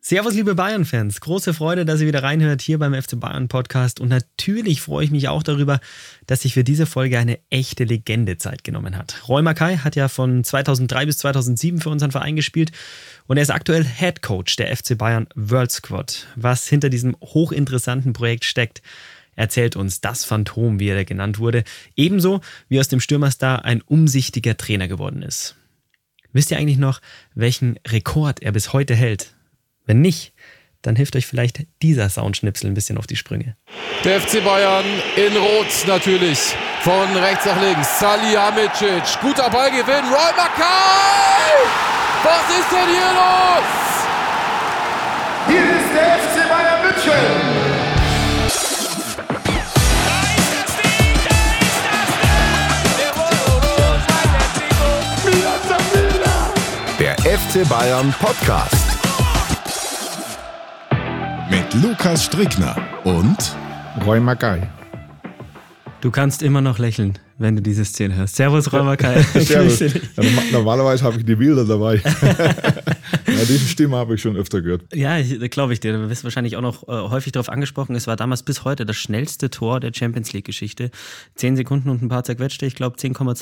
Servus, liebe Bayern-Fans. Große Freude, dass ihr wieder reinhört hier beim FC Bayern Podcast. Und natürlich freue ich mich auch darüber, dass sich für diese Folge eine echte Legende Zeit genommen hat. Roy Makaay hat ja von 2003 bis 2007 für unseren Verein gespielt und er ist aktuell Head Coach der FC Bayern World Squad. Was hinter diesem hochinteressanten Projekt steckt, erzählt uns das Phantom, wie er da genannt wurde, ebenso wie aus dem Stürmerstar ein umsichtiger Trainer geworden ist. Wisst ihr eigentlich noch, welchen Rekord er bis heute hält? Wenn nicht, dann hilft euch vielleicht dieser Soundschnipsel ein bisschen auf die Sprünge. Der FC Bayern in Rot natürlich. Von rechts nach links. Salihamidzic. Guter Ballgewinn. Roy Makaay! Was ist denn hier los? Hier ist der FC Bayern München. Der FC Bayern Podcast. Mit Lukas Strickner und Roy Makaay. Du kannst immer noch lächeln, wenn du diese Szene hörst. Servus, Roy Makaay. Servus. Ja, normalerweise habe ich die Bilder dabei. Ja, diese Stimme habe ich schon öfter gehört. Ja, glaube ich dir. Du wirst wahrscheinlich auch noch häufig darauf angesprochen. Es war damals bis heute das schnellste Tor der Champions League-Geschichte. 10 Sekunden und ein paar zerquetschte. Ich glaube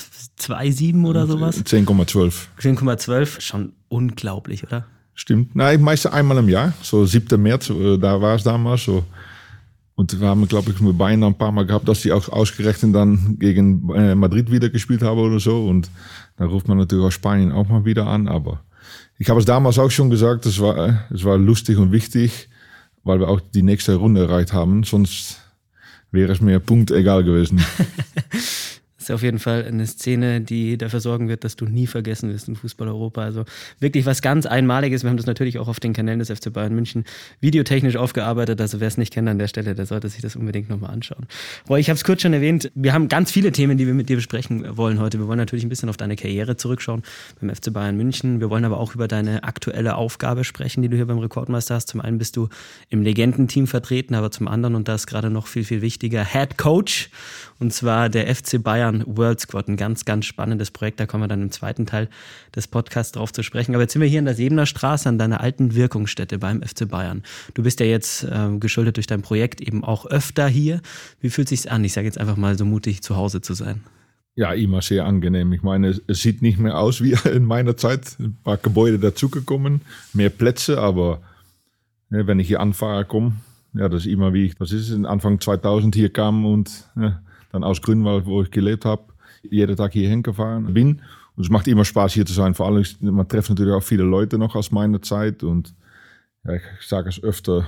10,27 oder sowas. 10,12. 10,12. Schon unglaublich, oder? Stimmt. Nein, meistens einmal im Jahr. So 7. März, da war es damals so. Und wir haben, glaube ich, mit Bayern ein paar Mal gehabt, dass die auch ausgerechnet dann gegen Madrid wieder gespielt haben oder so. Und da ruft man natürlich aus Spanien auch mal wieder an. Aber ich habe es damals auch schon gesagt, es war lustig und wichtig, weil wir auch die nächste Runde erreicht haben. Sonst wäre es mir punktegal gewesen. Das ist auf jeden Fall eine Szene, die dafür sorgen wird, dass du nie vergessen wirst in Fußball-Europa. Also wirklich was ganz Einmaliges. Wir haben das natürlich auch auf den Kanälen des FC Bayern München videotechnisch aufgearbeitet. Also wer es nicht kennt an der Stelle, der sollte sich das unbedingt nochmal anschauen. Roy, ich habe es kurz schon erwähnt, wir haben ganz viele Themen, die wir mit dir besprechen wollen heute. Wir wollen natürlich ein bisschen auf deine Karriere zurückschauen beim FC Bayern München. Wir wollen aber auch über deine aktuelle Aufgabe sprechen, die du hier beim Rekordmeister hast. Zum einen bist du im Legendenteam vertreten, aber zum anderen, und das ist gerade noch viel, viel wichtiger, Head Coach. Und zwar der FC Bayern World Squad, ein ganz, ganz spannendes Projekt. Da kommen wir dann im zweiten Teil des Podcasts drauf zu sprechen. Aber jetzt sind wir hier in der Sebener Straße an deiner alten Wirkungsstätte beim FC Bayern. Du bist ja jetzt geschuldet durch dein Projekt eben auch öfter hier. Wie fühlt es sich an? Ich sage jetzt einfach mal so mutig, zu Hause zu sein. Ja, immer sehr angenehm. Ich meine, es sieht nicht mehr aus wie in meiner Zeit. Ein paar Gebäude dazugekommen, mehr Plätze, aber wenn ich hier anfahre, ja, das ist immer wie ich, Anfang 2000 hier kam und dann aus Grünwald, wo ich gelebt habe, jeden Tag hierhin gefahren bin. Und es macht immer Spaß, hier zu sein. Vor allem, man trifft natürlich auch viele Leute noch aus meiner Zeit. Und ja, ich sage es öfter,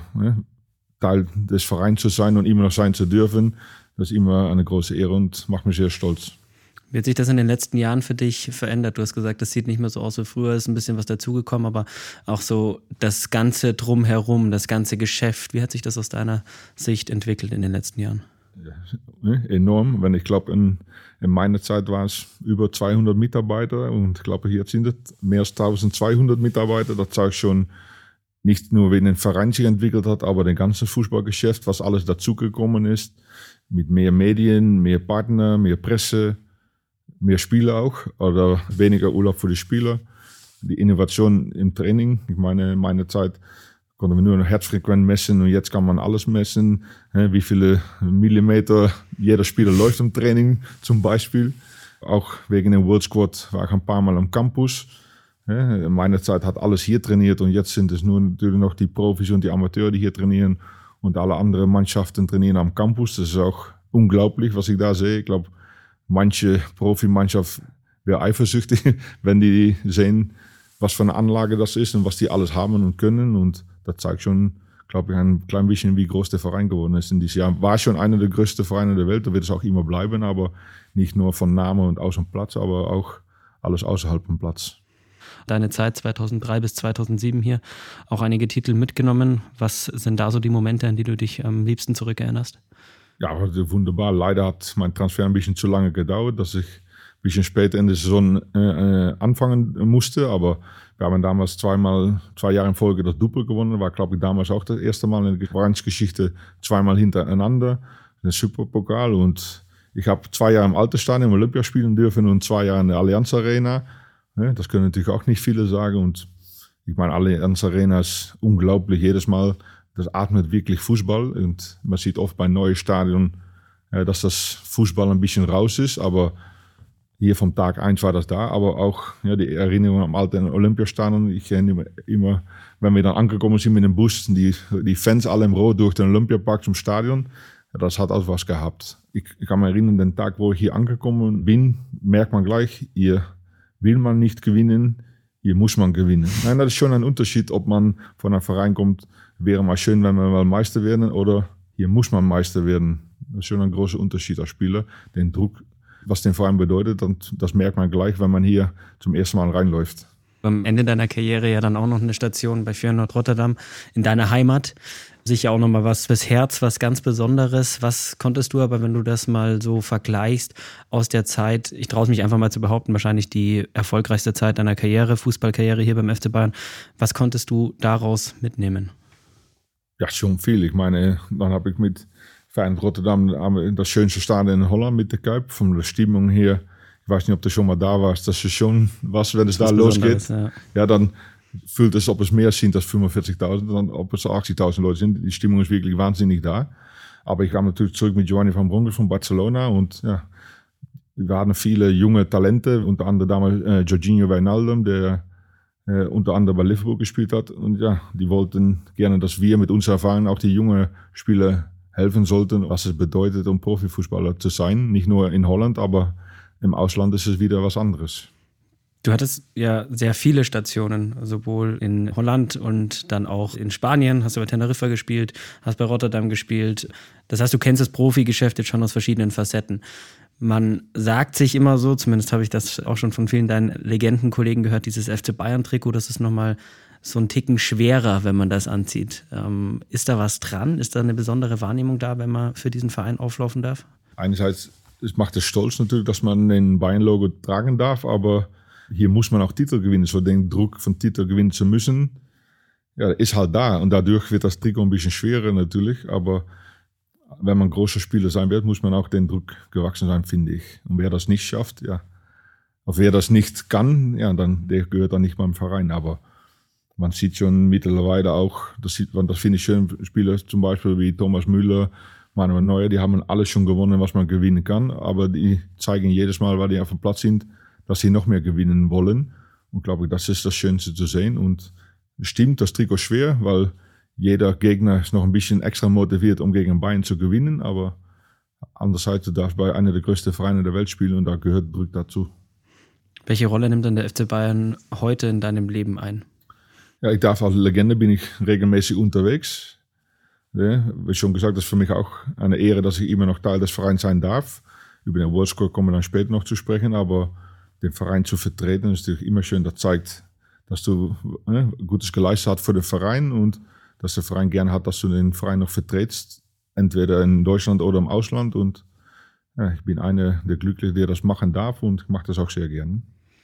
Teil des Vereins zu sein und immer noch sein zu dürfen, das ist immer eine große Ehre und macht mich sehr stolz. Wie hat sich das in den letzten Jahren für dich verändert? Du hast gesagt, das sieht nicht mehr so aus wie früher, ist ein bisschen was dazugekommen, aber auch so das Ganze drumherum, das ganze Geschäft. Wie hat sich das aus deiner Sicht entwickelt in den letzten Jahren? Ja, enorm. Ich glaube, in meiner Zeit waren es über 200 Mitarbeiter und ich glaube, jetzt sind es mehr als 1200 Mitarbeiter. Das zeigt schon nicht nur, wie den Verein sich entwickelt hat, aber den ganzen Fußballgeschäft, was alles dazugekommen ist. Mit mehr Medien, mehr Partner, mehr Presse, mehr Spieler auch oder weniger Urlaub für die Spieler. Die Innovation im Training. Ich meine, in meiner Zeit konnte man nur noch Herzfrequenz messen und jetzt kann man alles messen. Wie viele Millimeter jeder Spieler läuft im Training zum Beispiel. Auch wegen dem World Squad war ich ein paar Mal am Campus. In meiner Zeit hat alles hier trainiert und jetzt sind es nur natürlich noch die Profis und die Amateure, die hier trainieren und alle anderen Mannschaften trainieren am Campus. Das ist auch unglaublich, was ich da sehe. Ich glaube, manche Profimannschaft wäre eifersüchtig, wenn die sehen, was für eine Anlage das ist und was die alles haben und können. Und das zeigt schon, glaube ich, ein klein bisschen, wie groß der Verein geworden ist in diesem Jahr. War schon einer der größten Vereine der Welt, da wird es auch immer bleiben, aber nicht nur von Name und aus dem Platz, aber auch alles außerhalb vom Platz. Deine Zeit 2003 bis 2007 hier, auch einige Titel mitgenommen. Was sind da so die Momente, an die du dich am liebsten zurückerinnerst? Ja, wunderbar. Leider hat mein Transfer ein bisschen zu lange gedauert, dass ich ein bisschen später in der Saison anfangen musste. Aber wir haben damals 2 Jahre in Folge das Double gewonnen. War, glaube ich, damals auch das erste Mal in der Vereinsgeschichte 2-mal hintereinander. Den Superpokal. Und ich habe 2 Jahre im Altersstadion im Olympia spielen dürfen und 2 Jahre in der Allianz Arena. Das können natürlich auch nicht viele sagen. Und Ich meine, Allianz Arena ist unglaublich jedes Mal. Das atmet wirklich Fußball. Und man sieht oft bei neuen Stadien, dass das Fußball ein bisschen raus ist. Aber hier vom Tag 1 war das da. Aber auch die Erinnerung am alten Olympiastadion. Ich erinnere immer, wenn wir dann angekommen sind mit dem Bus, die Fans alle im Rot durch den Olympiapark zum Stadion. Das hat auch was gehabt. Ich kann mich erinnern, den Tag, wo ich hier angekommen bin, merkt man gleich, hier will man nicht gewinnen, hier muss man gewinnen. Nein, das ist schon ein Unterschied, ob man von einem Verein kommt, wäre mal schön, wenn wir mal Meister werden, oder hier muss man Meister werden. Das ist schon ein großer Unterschied als Spieler. Den Druck, was den Verein bedeutet, das merkt man gleich, wenn man hier zum ersten Mal reinläuft. Am Ende deiner Karriere ja dann auch noch eine Station bei Feyenoord Rotterdam in deiner Heimat. Sicher auch nochmal was fürs Herz, was ganz Besonderes. Was konntest du aber, wenn du das mal so vergleichst, aus der Zeit, ich traue es mich einfach mal zu behaupten, wahrscheinlich die erfolgreichste Zeit deiner Karriere, Fußballkarriere hier beim FC Bayern. Was konntest du daraus mitnehmen? Ja, schon viel. Ich meine, dann habe ich mit Feyenoord Rotterdam das schönste Stadion in Holland mit der Kuip. Von der Stimmung her, ich weiß nicht, ob du schon mal da warst, das ist schon was, wenn es da losgeht. Ja, dann fühlt es, ob es mehr sind als 45.000, dann ob es 80.000 Leute sind. Die Stimmung ist wirklich wahnsinnig da. Aber ich kam natürlich zurück mit Giovanni van Bronckhorst von Barcelona und ja, wir hatten viele junge Talente, unter anderem damals Jorginho Wijnaldum, der unter anderem bei Liverpool gespielt hat. Und ja, die wollten gerne, dass wir mit unserer Erfahrung auch die jungen Spieler helfen sollten, was es bedeutet, um Profifußballer zu sein. Nicht nur in Holland, aber im Ausland ist es wieder was anderes. Du hattest ja sehr viele Stationen, sowohl in Holland und dann auch in Spanien. Hast du bei Teneriffa gespielt, hast bei Rotterdam gespielt. Das heißt, du kennst das Profigeschäft jetzt schon aus verschiedenen Facetten. Man sagt sich immer so, zumindest habe ich das auch schon von vielen deinen Legendenkollegen gehört, dieses FC Bayern-Trikot, das ist nochmal so ein Ticken schwerer, wenn man das anzieht. Ist da was dran? Ist da eine besondere Wahrnehmung da, wenn man für diesen Verein auflaufen darf? Einerseits macht es stolz natürlich, dass man den Bayern-Logo tragen darf, aber hier muss man auch Titel gewinnen. So den Druck von Titel gewinnen zu müssen, ja, ist halt da. Und dadurch wird das Trikot ein bisschen schwerer natürlich. Aber wenn man großer Spieler sein wird, muss man auch den Druck gewachsen sein, finde ich. Und wer das nicht schafft, ja, auf wer das nicht kann, ja, dann der gehört dann nicht beim Verein. Aber man sieht schon mittlerweile auch, das finde ich schön, Spieler zum Beispiel wie Thomas Müller, Manuel Neuer, die haben alles schon gewonnen, was man gewinnen kann. Aber die zeigen jedes Mal, weil die auf dem Platz sind, dass sie noch mehr gewinnen wollen. Und glaube ich, das ist das Schönste zu sehen. Und es stimmt, das Trikot ist schwer, weil jeder Gegner ist noch ein bisschen extra motiviert, um gegen Bayern zu gewinnen. Aber andererseits, du darfst bei einer der größten Vereine der Welt spielen und da gehört Druck dazu. Welche Rolle nimmt denn der FC Bayern heute in deinem Leben ein? Ja, ich darf als Legende, bin ich regelmäßig unterwegs. Ja, wie schon gesagt, das ist für mich auch eine Ehre, dass ich immer noch Teil des Vereins sein darf. Über den World Score kommen wir dann später noch zu sprechen, aber den Verein zu vertreten ist natürlich immer schön. Das zeigt, dass du Gutes geleistet hast für den Verein und dass der Verein gerne hat, dass du den Verein noch vertrittst, entweder in Deutschland oder im Ausland. Und ja, ich bin einer der Glücklichen, der das machen darf und ich mache das auch sehr gerne.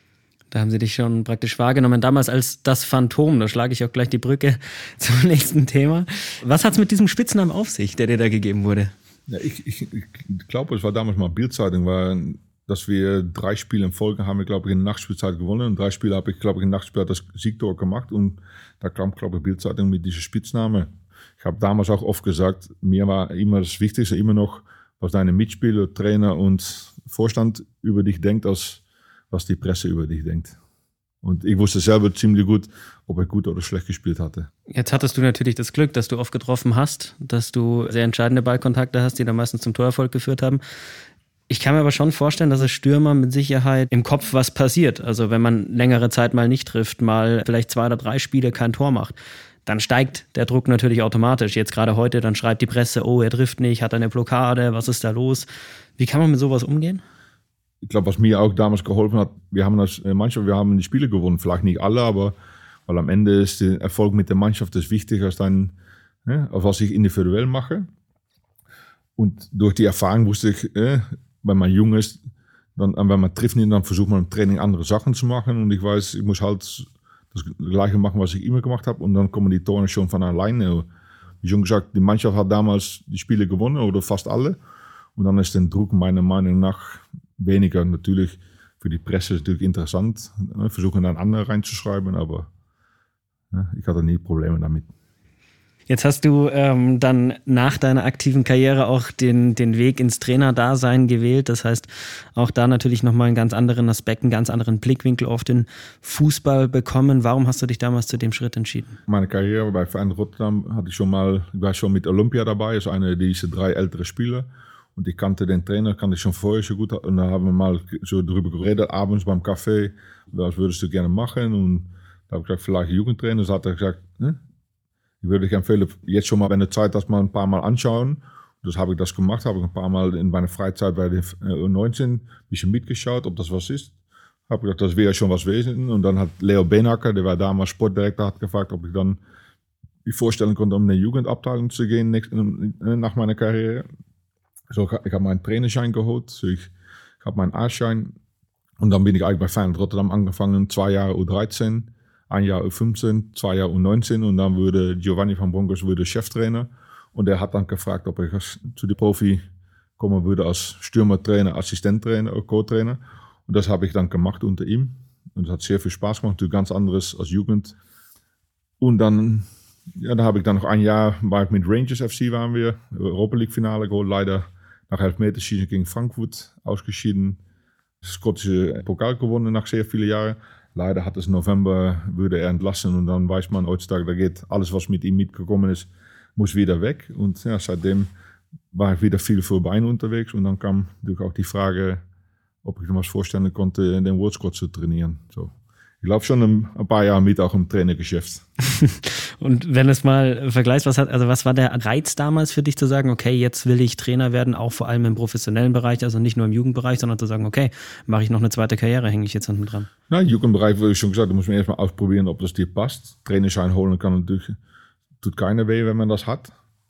Da haben sie dich schon praktisch wahrgenommen, damals als das Phantom. Da schlage ich auch gleich die Brücke zum nächsten Thema. Was hat es mit diesem Spitznamen auf sich, der dir da gegeben wurde? Ja, ich glaube, es war damals mal Bild-Zeitung, dass wir 3 Spiele in Folge haben wir, glaube ich, in der Nachspielzeit gewonnen. Und 3 Spiele habe ich, glaube ich, in der Nachspielzeit das Siegtor gemacht. Und da kam, glaube ich, Bild-Zeitung mit diesem Spitznamen. Ich habe damals auch oft gesagt, mir war immer das Wichtigste, immer noch, was deine Mitspieler, Trainer und Vorstand über dich denkt, als was die Presse über dich denkt. Und ich wusste selber ziemlich gut, ob ich gut oder schlecht gespielt hatte. Jetzt hattest du natürlich das Glück, dass du oft getroffen hast, dass du sehr entscheidende Ballkontakte hast, die dann meistens zum Torerfolg geführt haben. Ich kann mir aber schon vorstellen, dass als Stürmer mit Sicherheit im Kopf was passiert. Also wenn man längere Zeit mal nicht trifft, mal vielleicht 2 oder 3 Spiele kein Tor macht, dann steigt der Druck natürlich automatisch. Jetzt gerade heute, dann schreibt die Presse, oh, er trifft nicht, hat eine Blockade, was ist da los? Wie kann man mit sowas umgehen? Ich glaube, was mir auch damals geholfen hat, wir haben die Spiele gewonnen, vielleicht nicht alle, aber weil am Ende ist der Erfolg mit der Mannschaft das wichtiger als was ich individuell mache. Und durch die Erfahrung wusste ich, wenn man jung ist, wenn man trifft nicht, dann versucht man im Training andere Sachen zu machen. Und ich weiß, ich muss halt das Gleiche machen, was ich immer gemacht habe. Und dann kommen die Tore schon von alleine. Wie schon gesagt, die Mannschaft hat damals die Spiele gewonnen oder fast alle. Und dann ist der Druck meiner Meinung nach weniger. Natürlich für die Presse ist es natürlich interessant, versuchen dann andere reinzuschreiben, aber Ich hatte nie Probleme damit. Jetzt hast du dann nach deiner aktiven Karriere auch den Weg ins Trainerdasein gewählt. Das heißt, auch da natürlich nochmal einen ganz anderen Aspekt, einen ganz anderen Blickwinkel auf den Fußball bekommen. Warum hast du dich damals zu dem Schritt entschieden? Meine Karriere bei Feyenoord Rotterdam hatte ich war schon mit Olympia dabei, also einer dieser 3 ältere Spieler. Und ich kannte den Trainer, kannte ich schon vorher so gut. Und da haben wir mal so drüber geredet, abends beim Café, was würdest du gerne machen? Und da habe ich gesagt, vielleicht Jugendtrainer. So hat er gesagt, ich würde dich empfehlen, jetzt schon mal, wenn du Zeit hast, mal ein paar Mal anschauen. Das habe ich das gemacht, habe ich ein paar Mal in meiner Freizeit bei der U19 ein bisschen mitgeschaut, ob das was ist. Habe gedacht, das wäre schon was gewesen. Und dann hat Leo Benacker, der war damals Sportdirektor, hat gefragt, ob ich dann mich vorstellen konnte, um in eine Jugendabteilung zu gehen nach meiner Karriere. So, ich habe meinen Trainerschein geholt, so ich habe meinen A-Schein. Und dann bin ich eigentlich bei Feyenoord Rotterdam angefangen, 2 Jahre U13. 1 Jahr U15, 2 Jahre U19 und dann wurde Giovanni van Bronckhorst Cheftrainer und er hat dann gefragt, ob ich zu den Profi kommen würde als Stürmertrainer, Assistenttrainer, Co-Trainer und das habe ich dann gemacht unter ihm und es hat sehr viel Spaß gemacht, natürlich ganz anderes als Jugend und dann, da habe ich dann noch 1 Jahr, war ich mit Rangers FC, waren wir, Europa League Finale geholt, leider nach Elfmeterschießen gegen Frankfurt ausgeschieden, skottische Pokal gewonnen nach sehr vielen Jahren. Leider hat es im November, wurde er entlassen und dann weiß man heutzutage, da geht alles, was mit ihm mitgekommen ist, muss wieder weg. Und ja, seitdem war ich wieder viel für Beine unterwegs und dann kam natürlich auch die Frage, ob ich mir was vorstellen konnte, den World Squad zu trainieren. So. Ich laufe schon ein paar Jahre mit, auch im Trainergeschäft. Und wenn du es mal vergleichst, was war der Reiz damals für dich zu sagen, okay, jetzt will ich Trainer werden, auch vor allem im professionellen Bereich, also nicht nur im Jugendbereich, sondern zu sagen, okay, mache ich noch eine zweite Karriere, hänge ich jetzt hinten dran? Na, im Jugendbereich würde ich schon gesagt, da muss man erstmal ausprobieren, ob das dir passt. Trainerschein holen kann natürlich, tut keiner weh, wenn man das hat.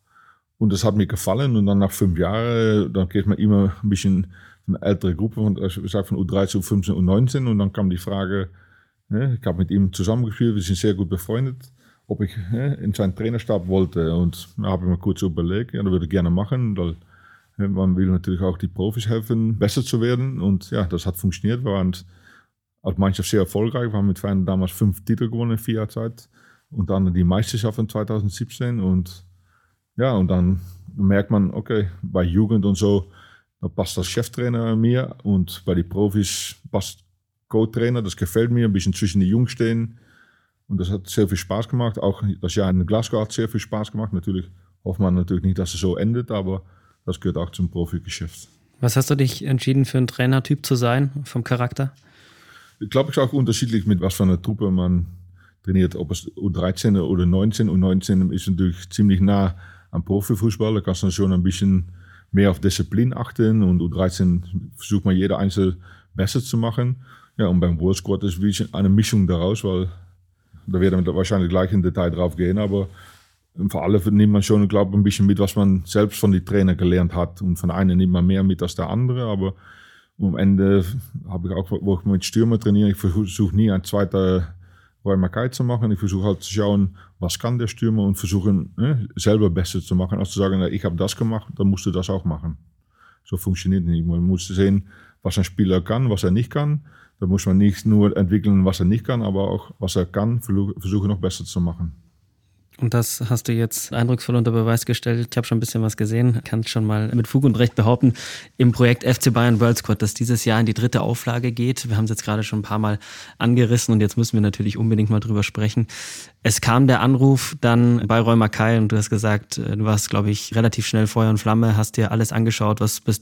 Und das hat mir gefallen und dann nach 5 Jahren, dann geht man immer ein bisschen eine ältere Gruppe, von U13, U15, U19 und dann kam die Frage, ich habe mit ihm zusammengespielt, wir sind sehr gut befreundet, ob ich in seinen Trainerstab wollte. Und da habe ich mir kurz überlegt, ja, das würde ich gerne machen, weil man will natürlich auch die Profis helfen, besser zu werden. Und ja, das hat funktioniert. Wir waren als Mannschaft sehr erfolgreich. Wir haben mit Feyenoord damals 5 Titel gewonnen in 4 Jahren Zeit. Und dann die Meisterschaft in 2017. Und ja, und dann merkt man, okay, bei Jugend und so, da passt das Cheftrainer mir. Und bei den Profis passt Co-Trainer, das gefällt mir, ein bisschen zwischen die Jungs stehen und das hat sehr viel Spaß gemacht. Auch das Jahr in Glasgow hat sehr viel Spaß gemacht. Natürlich hofft man natürlich nicht, dass es so endet, aber das gehört auch zum Profigeschäft. Was hast du dich entschieden für ein Trainertyp zu sein, vom Charakter? Ich glaube, es ist auch unterschiedlich, mit was für einer Truppe man trainiert. Ob es U13 oder U19. U19 ist natürlich ziemlich nah am Profifußball. Da kannst du schon ein bisschen mehr auf Disziplin achten und U13 versucht man jeder Einzel besser zu machen. Ja, und beim World Squad ist wie eine Mischung daraus, weil da werden wir wahrscheinlich gleich im Detail drauf gehen, aber vor allem nimmt man schon, glaube ich, ein bisschen mit, was man selbst von den Trainern gelernt hat. Und von einem nimmt man mehr mit als der andere, aber am Ende habe ich auch, wo ich mit Stürmer trainiere, ich versuche nie ein zweiter Roy Mackay zu machen. Ich versuche halt zu schauen, was kann der Stürmer und versuchen selber besser zu machen, als zu sagen, ich habe das gemacht, dann musst du das auch machen. So funktioniert nicht. Man muss sehen, was ein Spieler kann, was er nicht kann. Da muss man nicht nur entwickeln, was er nicht kann, aber auch, was er kann, versuchen noch besser zu machen. Und das hast du jetzt eindrucksvoll unter Beweis gestellt. Ich habe schon ein bisschen was gesehen, kann schon mal mit Fug und Recht behaupten, im Projekt FC Bayern World Squad, das dieses Jahr in die 3. Auflage geht. Wir haben es jetzt gerade schon ein paar Mal angerissen und jetzt müssen wir natürlich unbedingt mal drüber sprechen. Es kam der Anruf dann bei Roy Mackay und du hast gesagt, du warst, glaube ich, relativ schnell Feuer und Flamme, hast dir alles angeschaut, was bis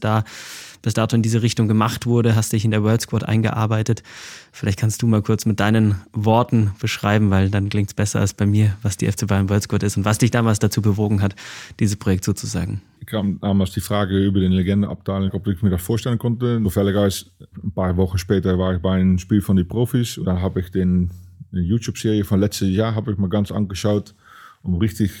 dato in diese Richtung gemacht wurde, hast dich in der World Squad eingearbeitet. Vielleicht kannst du mal kurz mit deinen Worten beschreiben, weil dann klingt es besser als bei mir, was die FC Bayern World Squad ist und was dich damals dazu bewogen hat, dieses Projekt sozusagen. Ich kam damals die Frage über den Legendenabteilung, ob ich mir das vorstellen konnte. Zufälligerweise ein paar Wochen später war ich bei einem Spiel von den Profis und dann habe ich die YouTube-Serie von letztes Jahr habe ich mir ganz angeschaut, um richtig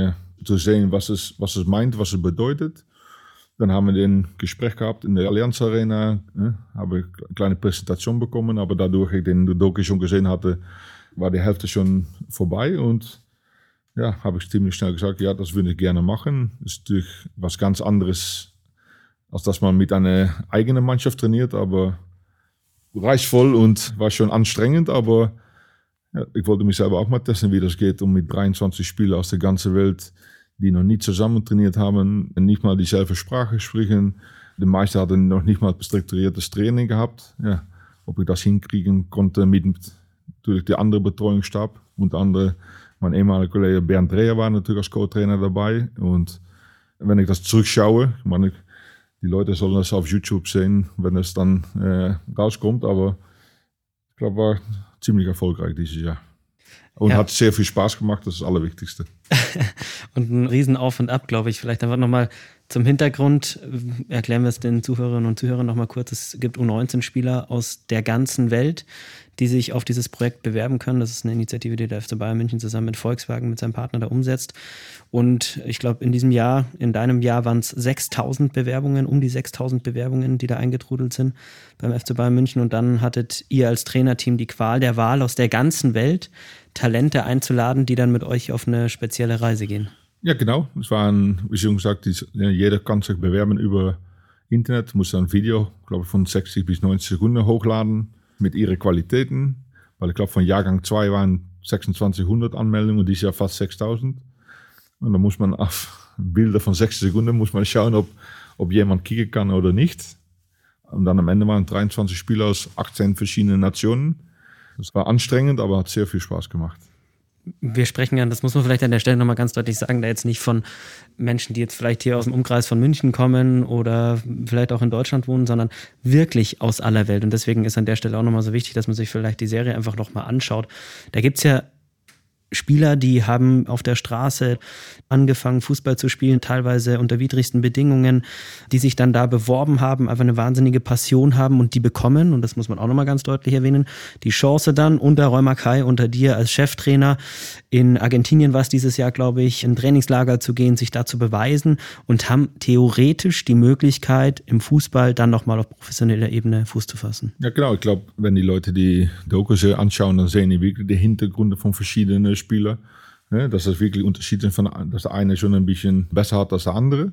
zu sehen, was es meint, was es bedeutet. Dann haben wir ein Gespräch gehabt in der Allianz Arena, habe ich eine kleine Präsentation bekommen, aber dadurch ich den Doku schon gesehen hatte, war die Hälfte schon vorbei und ja, habe ich ziemlich schnell gesagt, ja, das würde ich gerne machen. Das ist natürlich was ganz anderes, als dass man mit einer eigenen Mannschaft trainiert, aber reizvoll und war schon anstrengend, aber Ja, ich wollte mich selber auch mal testen, wie das geht, mit 23 Spielern aus der ganzen Welt, die noch nie zusammen trainiert haben, nicht mal dieselbe Sprache sprechen. Die meisten hatten noch nicht mal strukturiertes Training gehabt. Ja, ob ich das hinkriegen konnte mit natürlich der andere Betreuungsstab. Unter anderem mein ehemaliger Kollege Bernd Dreher war natürlich als Co-Trainer dabei. Und wenn ich das zurückschaue, die Leute sollen das auf YouTube sehen, wenn es dann rauskommt. Aber ich glaube, war ziemlich erfolgreich dieses Jahr. Und hat sehr viel Spaß gemacht, das ist das Allerwichtigste. Und ein Riesen-Auf und Ab, glaube ich. Vielleicht einfach nochmal zum Hintergrund, erklären wir es den Zuhörerinnen und Zuhörern nochmal kurz. Es gibt U19-Spieler aus der ganzen Welt, die sich auf dieses Projekt bewerben können. Das ist eine Initiative, die der FC Bayern München zusammen mit Volkswagen, mit seinem Partner da umsetzt. Und ich glaube, in deinem Jahr waren es 6.000 Bewerbungen, um die 6.000 Bewerbungen, die da eingetrudelt sind beim FC Bayern München. Und dann hattet ihr als Trainerteam die Qual der Wahl, aus der ganzen Welt Talente einzuladen, die dann mit euch auf eine spezielle Reise gehen. Ja, genau. Es waren, wie schon gesagt, jeder kann sich bewerben über Internet, muss dann ein Video, glaube ich, von 60 bis 90 Sekunden hochladen mit ihren Qualitäten. Weil ich glaube, von Jahrgang 2 waren 2600 Anmeldungen und dieses Jahr fast 6000. Und dann muss man auf Bilder von 60 Sekunden muss man schauen, ob jemand kicken kann oder nicht. Und dann am Ende waren 23 Spieler aus 18 verschiedenen Nationen. Das war anstrengend, aber hat sehr viel Spaß gemacht. Wir sprechen ja, das muss man vielleicht an der Stelle nochmal ganz deutlich sagen, da jetzt nicht von Menschen, die jetzt vielleicht hier aus dem Umkreis von München kommen oder vielleicht auch in Deutschland wohnen, sondern wirklich aus aller Welt. Und deswegen ist an der Stelle auch nochmal so wichtig, dass man sich vielleicht die Serie einfach nochmal anschaut. Da gibt es ja Spieler, die haben auf der Straße angefangen, Fußball zu spielen, teilweise unter widrigsten Bedingungen, die sich dann da beworben haben, einfach eine wahnsinnige Passion haben und die bekommen, und das muss man auch nochmal ganz deutlich erwähnen, die Chance dann unter Roy Mackay, unter dir als Cheftrainer in Argentinien war es dieses Jahr, glaube ich, in ein Trainingslager zu gehen, sich da zu beweisen und haben theoretisch die Möglichkeit, im Fußball dann nochmal auf professioneller Ebene Fuß zu fassen. Ja, genau. Ich glaube, wenn die Leute die Dokus anschauen, dann sehen die wirklich die Hintergründe von verschiedenen Spielern. Ja, dass das wirklich Unterschiede von, dass der eine schon ein bisschen besser hat als der andere.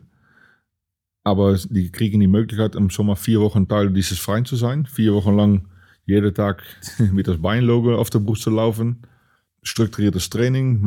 Aber die kriegen die Möglichkeit, um schon mal 4 Wochen Teil dieses Vereins zu sein. 4 Wochen lang jeden Tag mit das Bayern-Logo auf der Brust zu laufen. Strukturiertes Training,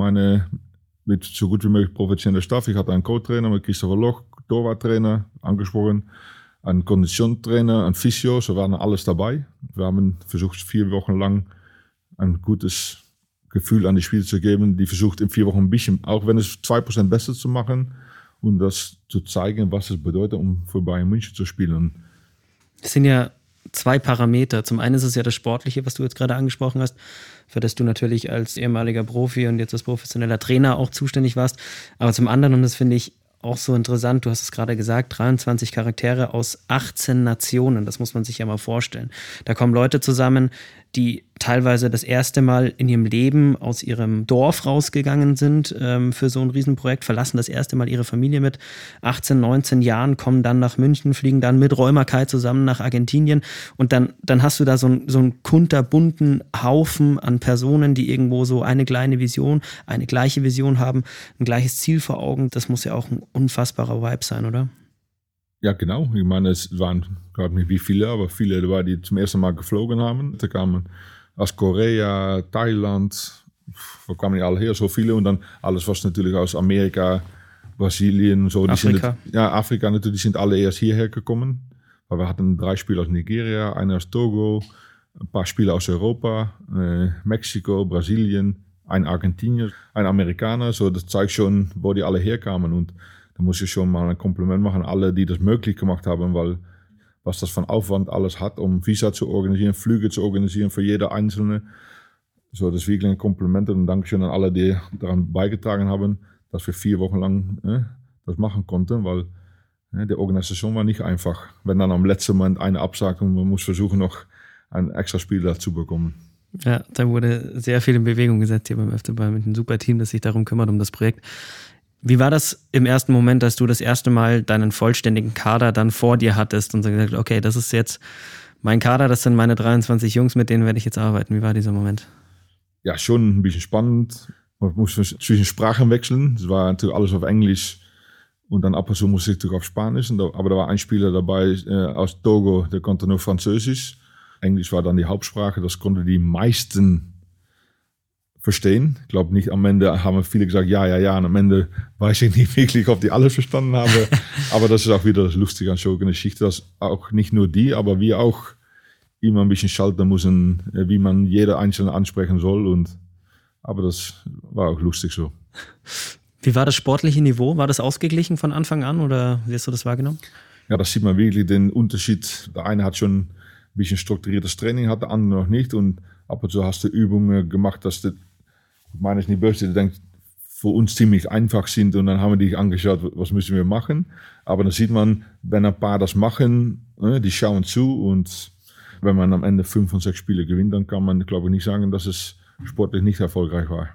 mit so gut wie möglich professioneller Staff. Ich hatte einen Co-Trainer mit Christopher Loch, Torwarttrainer angesprochen, einen Konditionstrainer, einen Physio, so waren alles dabei. Wir haben versucht, 4 Wochen lang ein gutes Gefühl an die Spieler zu geben, die versucht in 4 Wochen ein bisschen, auch wenn es 2% besser zu machen und das zu zeigen, was es bedeutet, um für Bayern München zu spielen. Es sind ja 2 Parameter. Zum einen ist es ja das Sportliche, was du jetzt gerade angesprochen hast, für das du natürlich als ehemaliger Profi und jetzt als professioneller Trainer auch zuständig warst. Aber zum anderen, und das finde ich auch so interessant, du hast es gerade gesagt, 23 Charaktere aus 18 Nationen, das muss man sich ja mal vorstellen. Da kommen Leute zusammen, die teilweise das erste Mal in ihrem Leben aus ihrem Dorf rausgegangen sind für so ein Riesenprojekt, verlassen das erste Mal ihre Familie mit 18, 19 Jahren, kommen dann nach München, fliegen dann mit Roy Mackay zusammen nach Argentinien und dann hast du da so einen kunterbunten Haufen an Personen, die irgendwo so eine kleine Vision, eine gleiche Vision haben, ein gleiches Ziel vor Augen. Das muss ja auch ein unfassbarer Vibe sein, oder? Ja, genau. Ich meine, es waren gerade nicht wie viele, aber viele dabei, die zum ersten Mal geflogen haben. Da kamen aus Korea, Thailand, wo kamen die alle her, so viele. Und dann alles was natürlich aus Amerika, Brasilien. So. Afrika. Afrika natürlich, die sind alle erst hierher gekommen. Aber wir hatten 3 Spieler aus Nigeria, einer aus Togo, ein paar Spieler aus Europa, Mexiko, Brasilien, ein Argentinier, ein Amerikaner. So, das zeigt schon, wo die alle herkamen. Und da muss ich schon mal ein Kompliment machen an alle, die das möglich gemacht haben, weil was das von Aufwand alles hat, um Visa zu organisieren, Flüge zu organisieren für jeder Einzelne. So, das ist wirklich ein Kompliment und Dankeschön an alle, die daran beigetragen haben, dass wir 4 Wochen lang das machen konnten, weil die Organisation war nicht einfach. Wenn dann am letzten Moment eine absagt und man muss versuchen, noch ein extra Spiel dazu bekommen. Ja, da wurde sehr viel in Bewegung gesetzt hier beim FC Bayern mit einem super Team, das sich darum kümmert, um das Projekt. Wie war das im ersten Moment, dass du das erste Mal deinen vollständigen Kader dann vor dir hattest und so gesagt, okay, das ist jetzt mein Kader, das sind meine 23 Jungs, mit denen werde ich jetzt arbeiten. Wie war dieser Moment? Ja, schon ein bisschen spannend. Man musste zwischen Sprachen wechseln. Es war natürlich alles auf Englisch und dann ab und zu musste ich natürlich auf Spanisch. Aber da war ein Spieler dabei aus Togo, der konnte nur Französisch. Englisch war dann die Hauptsprache, das konnten die meisten verstehen. Ich glaube nicht, am Ende haben viele gesagt, ja, und am Ende weiß ich nicht wirklich, ob die alles verstanden haben. Aber das ist auch wieder das Lustige an so einer Geschichte, dass auch nicht nur die, aber wir auch immer ein bisschen schalten müssen, wie man jeder Einzelne ansprechen soll. Aber das war auch lustig so. Wie war das sportliche Niveau? War das ausgeglichen von Anfang an oder wie hast du das wahrgenommen? Ja, da sieht man wirklich den Unterschied. Der eine hat schon ein bisschen strukturiertes Training, hat der andere noch nicht. Und ab und zu hast du Übungen gemacht, dass du, ich meine es nicht böse, du denkst, für uns ziemlich einfach sind. Und dann haben wir dich angeschaut, was müssen wir machen. Aber dann sieht man, wenn ein paar das machen, die schauen zu. Und wenn man am Ende 5 von 6 Spiele gewinnt, dann kann man, glaube ich, nicht sagen, dass es sportlich nicht erfolgreich war.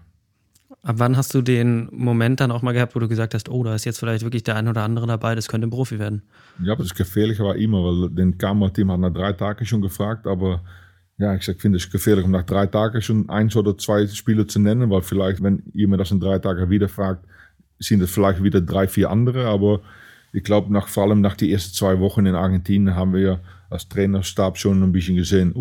Ab wann hast du den Moment dann auch mal gehabt, wo du gesagt hast, oh, da ist jetzt vielleicht wirklich der ein oder andere dabei, das könnte ein Profi werden? Ja, aber das Gefährliche war immer, weil den Kamerateam hat nach 3 Tagen schon gefragt, aber ja, ich finde es gefährlich, um nach 3 Tagen schon 1 oder 2 Spieler zu nennen, weil vielleicht, wenn ihr mir das in 3 Tagen wieder fragt, sind es vielleicht wieder 3, 4 andere, aber ich glaube, vor allem nach den ersten 2 Wochen in Argentinien haben wir als Trainerstab schon ein bisschen gesehen,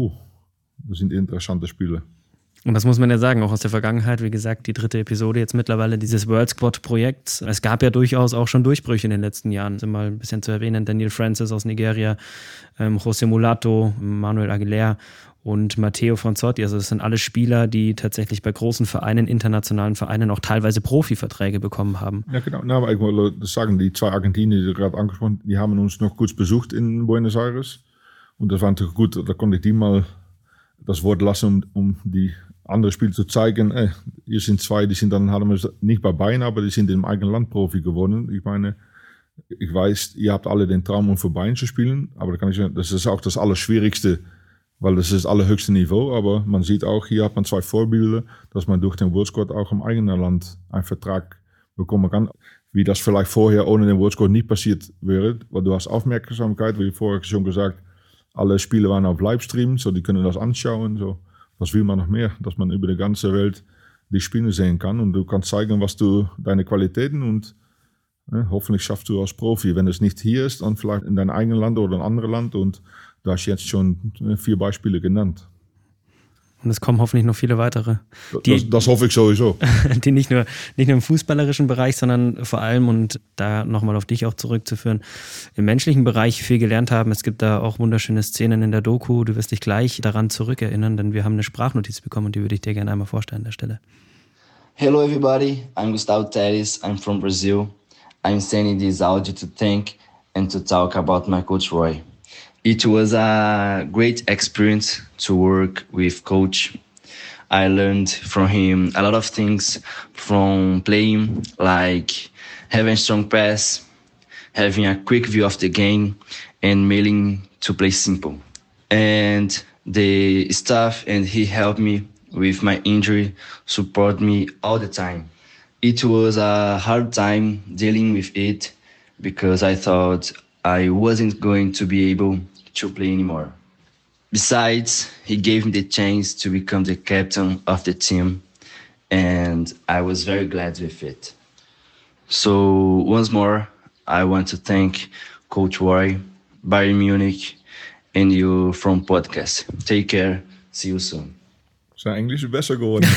das sind interessante Spiele. Und das muss man ja sagen, auch aus der Vergangenheit, wie gesagt, die 3. Episode jetzt mittlerweile dieses World Squad Projekts. Es gab ja durchaus auch schon Durchbrüche in den letzten Jahren. Sind mal ein bisschen zu erwähnen, Daniel Francis aus Nigeria, José Mulato, Manuel Aguilera und Matteo Fonzotti. Also das sind alle Spieler, die tatsächlich bei großen Vereinen, internationalen Vereinen auch teilweise Profiverträge bekommen haben. Ja, genau. Na, aber ich wollte sagen, die 2 Argentinier, die du gerade angesprochen hast, die haben uns noch kurz besucht in Buenos Aires. Und das war natürlich gut, da konnte ich die mal das Wort lassen, um die andere Spieler zu zeigen. Hier sind 2, die sind dann, haben wir nicht bei Bayern, aber die sind im eigenen Land Profi geworden. Ich meine, ich weiß, ihr habt alle den Traum, um für Bayern zu spielen, aber da kann ich sagen, das ist auch das Allerschwierigste, weil das ist das allerhöchste Niveau, aber man sieht auch, hier hat man 2 Vorbilder, dass man durch den World Squad auch im eigenen Land einen Vertrag bekommen kann, wie das vielleicht vorher ohne den World Squad nicht passiert wäre, weil du hast Aufmerksamkeit, wie vorher schon gesagt, alle Spiele waren auf Livestream, so die können das anschauen, so. Was will man noch mehr? Dass man über die ganze Welt die Spiele sehen kann und du kannst zeigen, was du deine Qualitäten und hoffentlich schaffst du als Profi. Wenn es nicht hier ist, dann vielleicht in deinem eigenen Land oder ein anderes Land und da hast du jetzt schon 4 Beispiele genannt. Und es kommen hoffentlich noch viele weitere. Das hoffe ich sowieso. Die nicht nur im fußballerischen Bereich, sondern vor allem, und da nochmal auf dich auch zurückzuführen, im menschlichen Bereich viel gelernt haben. Es gibt da auch wunderschöne Szenen in der Doku. Du wirst dich gleich daran zurückerinnern, denn wir haben eine Sprachnotiz bekommen und die würde ich dir gerne einmal vorstellen an der Stelle. Hello everybody, I'm Gustavo Teres, I'm from Brazil. I'm sending this audio to thank and to talk about my coach Roy. It was a great experience to work with Coach. I learned from him a lot of things from playing, like having a strong pass, having a quick view of the game, and mailing to play simple. And the staff and he helped me with my injury, support me all the time. It was a hard time dealing with it because I thought I wasn't going to be able to play anymore. Besides, he gave me the chance to become the captain of the team, and I was very glad with it. So once more, I want to thank Coach Roy, Bayern Munich, and you from podcast. Take care. See you soon. Sein Englisch ist besser geworden.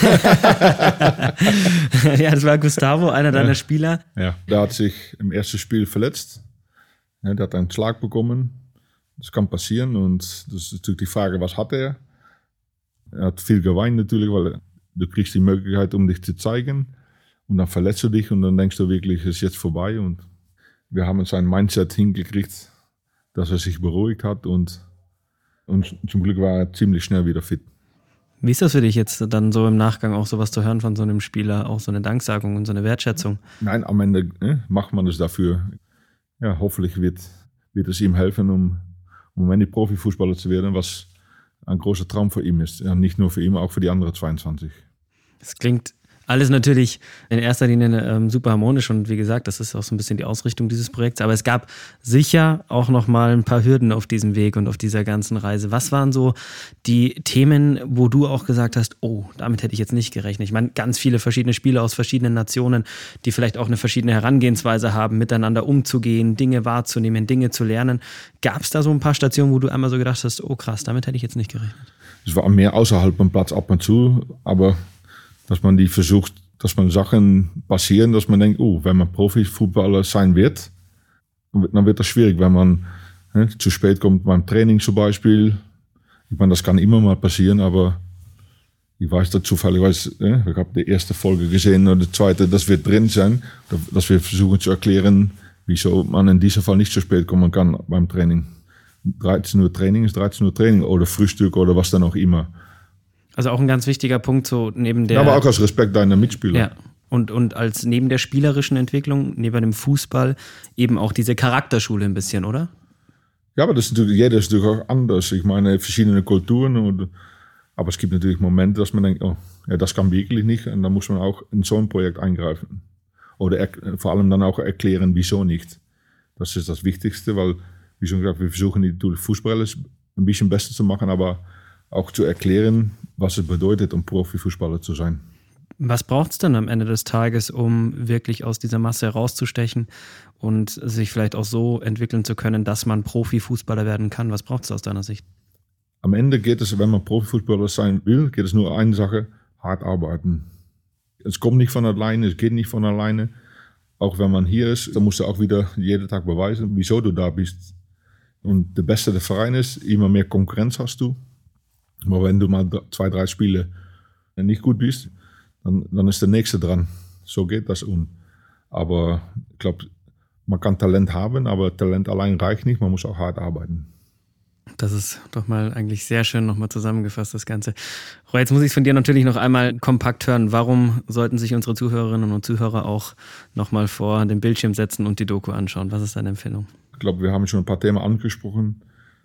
Ja, das war Gustavo, einer deiner Spieler. Ja, der hat sich im ersten Spiel verletzt. Ja, der hat einen Schlag bekommen. Das kann passieren und das ist natürlich die Frage, was hat er? Er hat viel geweint natürlich, weil du kriegst die Möglichkeit, um dich zu zeigen und dann verletzt du dich und dann denkst du wirklich, es ist jetzt vorbei und wir haben sein Mindset hingekriegt, dass er sich beruhigt hat und zum Glück war er ziemlich schnell wieder fit. Wie ist das für dich jetzt dann so im Nachgang auch sowas zu hören von so einem Spieler, auch so eine Danksagung und so eine Wertschätzung? Nein, am Ende macht man es dafür. Ja, hoffentlich wird es ihm helfen, um ein Profifußballer zu werden, was ein großer Traum für ihn ist. Ja, nicht nur für ihn, auch für die anderen 22. Das klingt alles natürlich in erster Linie super harmonisch und wie gesagt, das ist auch so ein bisschen die Ausrichtung dieses Projekts. Aber es gab sicher auch noch mal ein paar Hürden auf diesem Weg und auf dieser ganzen Reise. Was waren so die Themen, wo du auch gesagt hast, oh, damit hätte ich jetzt nicht gerechnet? Ich meine, ganz viele verschiedene Spieler aus verschiedenen Nationen, die vielleicht auch eine verschiedene Herangehensweise haben, miteinander umzugehen, Dinge wahrzunehmen, Dinge zu lernen. Gab es da so ein paar Stationen, wo du einmal so gedacht hast, oh krass, damit hätte ich jetzt nicht gerechnet? Es war mehr außerhalb vom Platz ab und zu, aber dass man die versucht, dass man Sachen passieren, dass man denkt, wenn man Profifußballer sein wird, dann wird das schwierig, wenn man zu spät kommt beim Training zum Beispiel. Ich meine, das kann immer mal passieren, aber ich weiß da zufällig, ich habe die erste Folge gesehen oder die zweite, das wird drin sein, dass wir versuchen zu erklären, wieso man in diesem Fall nicht zu spät kommen kann beim Training. 13 Uhr Training ist 13 Uhr Training oder Frühstück oder was dann auch immer. Also auch ein ganz wichtiger Punkt, so neben der... Ja, aber auch als Respekt deiner Mitspieler. Ja. Und als neben der spielerischen Entwicklung, neben dem Fußball, eben auch diese Charakterschule ein bisschen, oder? Ja, aber jeder ist natürlich auch anders. Ich meine, verschiedene Kulturen. Aber es gibt natürlich Momente, dass man denkt, das kann wirklich nicht. Und dann muss man auch in so ein Projekt eingreifen. Oder vor allem dann auch erklären, wieso nicht. Das ist das Wichtigste, weil, wie schon gesagt, wir versuchen natürlich Fußballer ein bisschen besser zu machen, aber auch zu erklären, was es bedeutet, um Profifußballer zu sein. Was braucht es denn am Ende des Tages, um wirklich aus dieser Masse herauszustechen und sich vielleicht auch so entwickeln zu können, dass man Profifußballer werden kann? Was braucht es aus deiner Sicht? Am Ende geht es, wenn man Profifußballer sein will, geht es nur eine Sache, hart arbeiten. Es kommt nicht von alleine, es geht nicht von alleine. Auch wenn man hier ist, dann musst du auch wieder jeden Tag beweisen, wieso du da bist. Und der Beste der Verein ist, immer mehr Konkurrenz hast du. Aber wenn du mal 2, 3 Spiele nicht gut bist, dann ist der Nächste dran. So geht das. Aber ich glaube, man kann Talent haben, aber Talent allein reicht nicht. Man muss auch hart arbeiten. Das ist doch mal eigentlich sehr schön nochmal zusammengefasst, das Ganze. Roy, jetzt muss ich es von dir natürlich noch einmal kompakt hören. Warum sollten sich unsere Zuhörerinnen und Zuhörer auch nochmal vor den Bildschirm setzen und die Doku anschauen? Was ist deine Empfehlung? Ich glaube, wir haben schon ein paar Themen angesprochen.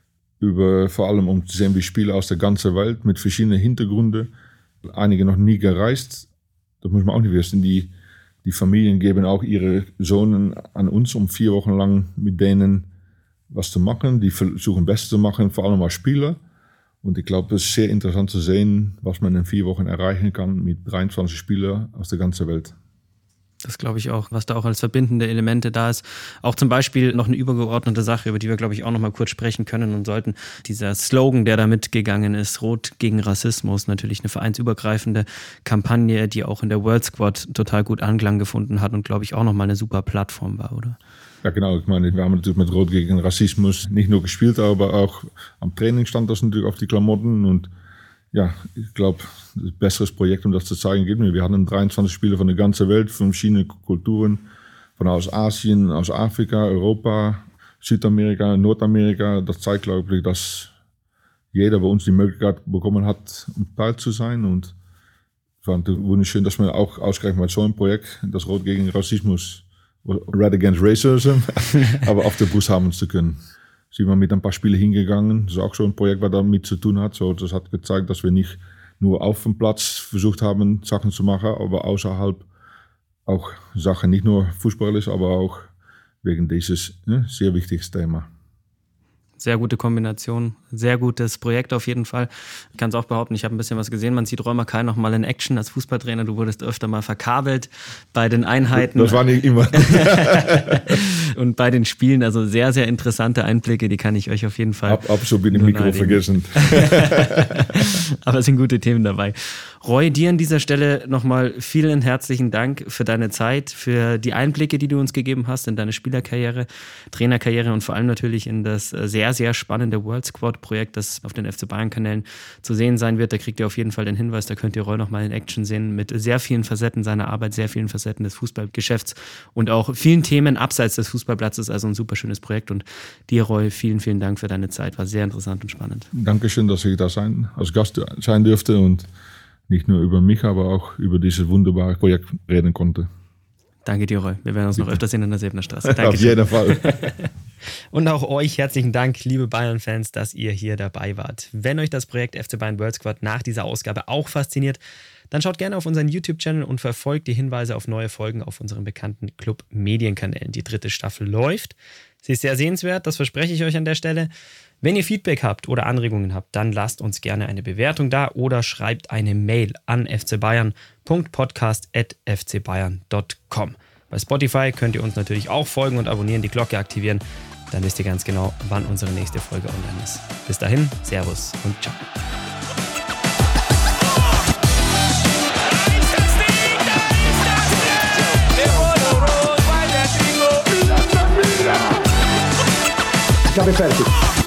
Vor allem um zu sehen, wie Spieler aus der ganzen Welt mit verschiedenen Hintergründen, einige noch nie gereist, das muss man auch nicht wissen, die Familien geben auch ihre Sohnen an uns, um 4 Wochen lang mit denen was zu machen, die versuchen Bestes zu machen, vor allem als Spieler. Und ich glaube, es ist sehr interessant zu sehen, was man in 4 Wochen erreichen kann mit 23 Spielern aus der ganzen Welt. Das glaube ich auch, was da auch als verbindende Elemente da ist. Auch zum Beispiel noch eine übergeordnete Sache, über die wir, glaube ich, auch noch mal kurz sprechen können und sollten. Dieser Slogan, der da mitgegangen ist, Rot gegen Rassismus, natürlich eine vereinsübergreifende Kampagne, die auch in der World Squad total gut Anklang gefunden hat und, glaube ich, auch noch mal eine super Plattform war, oder? Ja, genau. Ich meine, wir haben natürlich mit Rot gegen Rassismus nicht nur gespielt, aber auch am Training stand das natürlich auf die Klamotten. Und ja, ich glaube, ein besseres Projekt, um das zu zeigen, gibt es nicht. Wir hatten 23 Spieler von der ganzen Welt, von verschiedenen Kulturen, von aus Asien, aus Afrika, Europa, Südamerika, Nordamerika. Das zeigt, glaube ich, dass jeder bei uns die Möglichkeit bekommen hat, um Teil zu sein. Und es war wunderschön, dass wir auch ausgerechnet mit so einem Projekt, das Rot gegen Rassismus, Red Against Racism, aber auf der Brust haben zu können. Sind wir mit ein paar Spielen hingegangen. Das ist auch so ein Projekt, was damit zu tun hat. So, das hat gezeigt, dass wir nicht nur auf dem Platz versucht haben, Sachen zu machen, aber außerhalb auch Sachen, nicht nur fußballisch, aber auch wegen dieses sehr wichtiges Thema. Sehr gute Kombination, sehr gutes Projekt auf jeden Fall. Ich kann es auch behaupten, ich habe ein bisschen was gesehen. Man sieht Roy Mackay noch mal in Action als Fußballtrainer. Du wurdest öfter mal verkabelt bei den Einheiten. Das war nicht immer. Und bei den Spielen, also sehr, sehr interessante Einblicke, die kann ich euch auf jeden Fall. Ab so bin ich Mikro vergessen. Aber es sind gute Themen dabei. Roy, dir an dieser Stelle nochmal vielen herzlichen Dank für deine Zeit, für die Einblicke, die du uns gegeben hast in deine Spielerkarriere, Trainerkarriere und vor allem natürlich in das sehr, sehr spannende World Squad-Projekt, das auf den FC Bayern-Kanälen zu sehen sein wird. Da kriegt ihr auf jeden Fall den Hinweis, da könnt ihr Roy nochmal in Action sehen mit sehr vielen Facetten seiner Arbeit, sehr vielen Facetten des Fußballgeschäfts und auch vielen Themen abseits des Fußballplatzes. Also ein super schönes Projekt. Und dir, Roy, vielen, vielen Dank für deine Zeit. War sehr interessant und spannend. Dankeschön, dass ich da als Gast sein durfte und nicht nur über mich, aber auch über dieses wunderbare Projekt reden konnte. Danke dir, Roy. Wir werden uns noch öfter sehen in der Säbener Straße. Danke. Auf jeden Fall. Und auch euch herzlichen Dank, liebe Bayern-Fans, dass ihr hier dabei wart. Wenn euch das Projekt FC Bayern World Squad nach dieser Ausgabe auch fasziniert, dann schaut gerne auf unseren YouTube-Channel und verfolgt die Hinweise auf neue Folgen auf unseren bekannten Club-Medienkanälen. Die 3. Staffel läuft. Sie ist sehr sehenswert, das verspreche ich euch an der Stelle. Wenn ihr Feedback habt oder Anregungen habt, dann lasst uns gerne eine Bewertung da oder schreibt eine Mail an fcbayern.podcast@fcbayern.com. Bei Spotify könnt ihr uns natürlich auch folgen und abonnieren, die Glocke aktivieren. Dann wisst ihr ganz genau, wann unsere nächste Folge online ist. Bis dahin, Servus und ciao. Ich habe fertig.